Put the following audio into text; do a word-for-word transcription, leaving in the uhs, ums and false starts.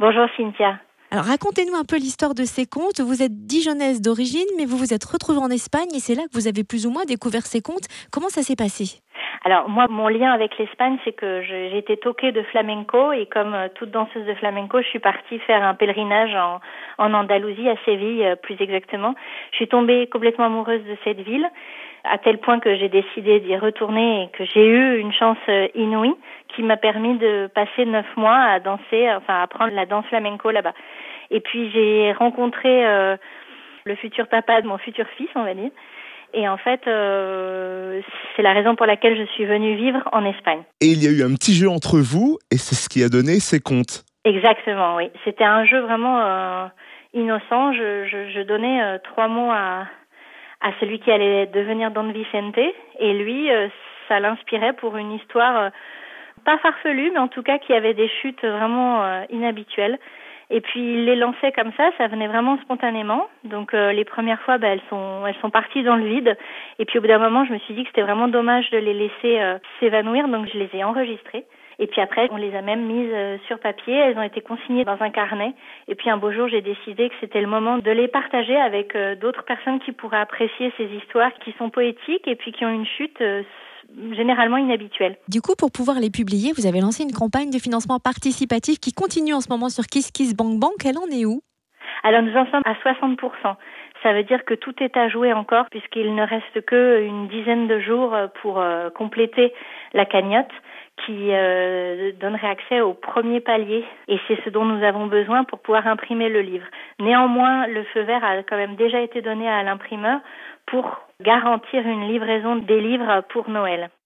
Bonjour Cynthia. Alors racontez-nous un peu l'histoire de ces contes. Vous êtes dijonnaise d'origine, mais vous vous êtes retrouvée en Espagne et c'est là que vous avez plus ou moins découvert ces contes. Comment ça s'est passé ? Alors moi, mon lien avec l'Espagne, c'est que je, j'ai été toquée de flamenco et comme euh, toute danseuse de flamenco, je suis partie faire un pèlerinage en, en Andalousie, à Séville euh, plus exactement. Je suis tombée complètement amoureuse de cette ville, à tel point que j'ai décidé d'y retourner et que j'ai eu une chance euh, inouïe qui m'a permis de passer neuf mois à danser, enfin à apprendre la danse flamenco là-bas. Et puis j'ai rencontré euh, le futur papa de mon futur fils, on va dire. Et en fait, euh, c'est la raison pour laquelle je suis venue vivre en Espagne. Et il y a eu un petit jeu entre vous, et c'est ce qui a donné ces contes. Exactement, oui. C'était un jeu vraiment euh, innocent. Je, je, je donnais euh, trois mots à, à celui qui allait devenir Don Vicente. Et lui, euh, ça l'inspirait pour une histoire euh, pas farfelue, mais en tout cas qui avait des chutes vraiment euh, inhabituelles. Et puis il les lançait comme ça, ça venait vraiment spontanément. Donc euh, les premières fois, bah, elles sont elles sont parties dans le vide. Et puis au bout d'un moment, je me suis dit que c'était vraiment dommage de les laisser euh, s'évanouir, donc je les ai enregistrées. Et puis après, on les a même mises euh, sur papier. Elles ont été consignées dans un carnet. Et puis un beau jour, j'ai décidé que c'était le moment de les partager avec euh, d'autres personnes qui pourraient apprécier ces histoires qui sont poétiques et puis qui ont une chute euh, généralement inhabituelle. Du coup, pour pouvoir les publier, vous avez lancé une campagne de financement participatif qui continue en ce moment sur KissKissBankBank. Elle en est où ? Alors nous en sommes à soixante pour cent. Ça veut dire que tout est à jouer encore puisqu'il ne reste qu'une dizaine de jours pour euh, compléter la cagnotte qui euh, donnerait accès au premier palier. Et c'est ce dont nous avons besoin pour pouvoir imprimer le livre. Néanmoins, le feu vert a quand même déjà été donné à l'imprimeur pour garantir une livraison des livres pour Noël.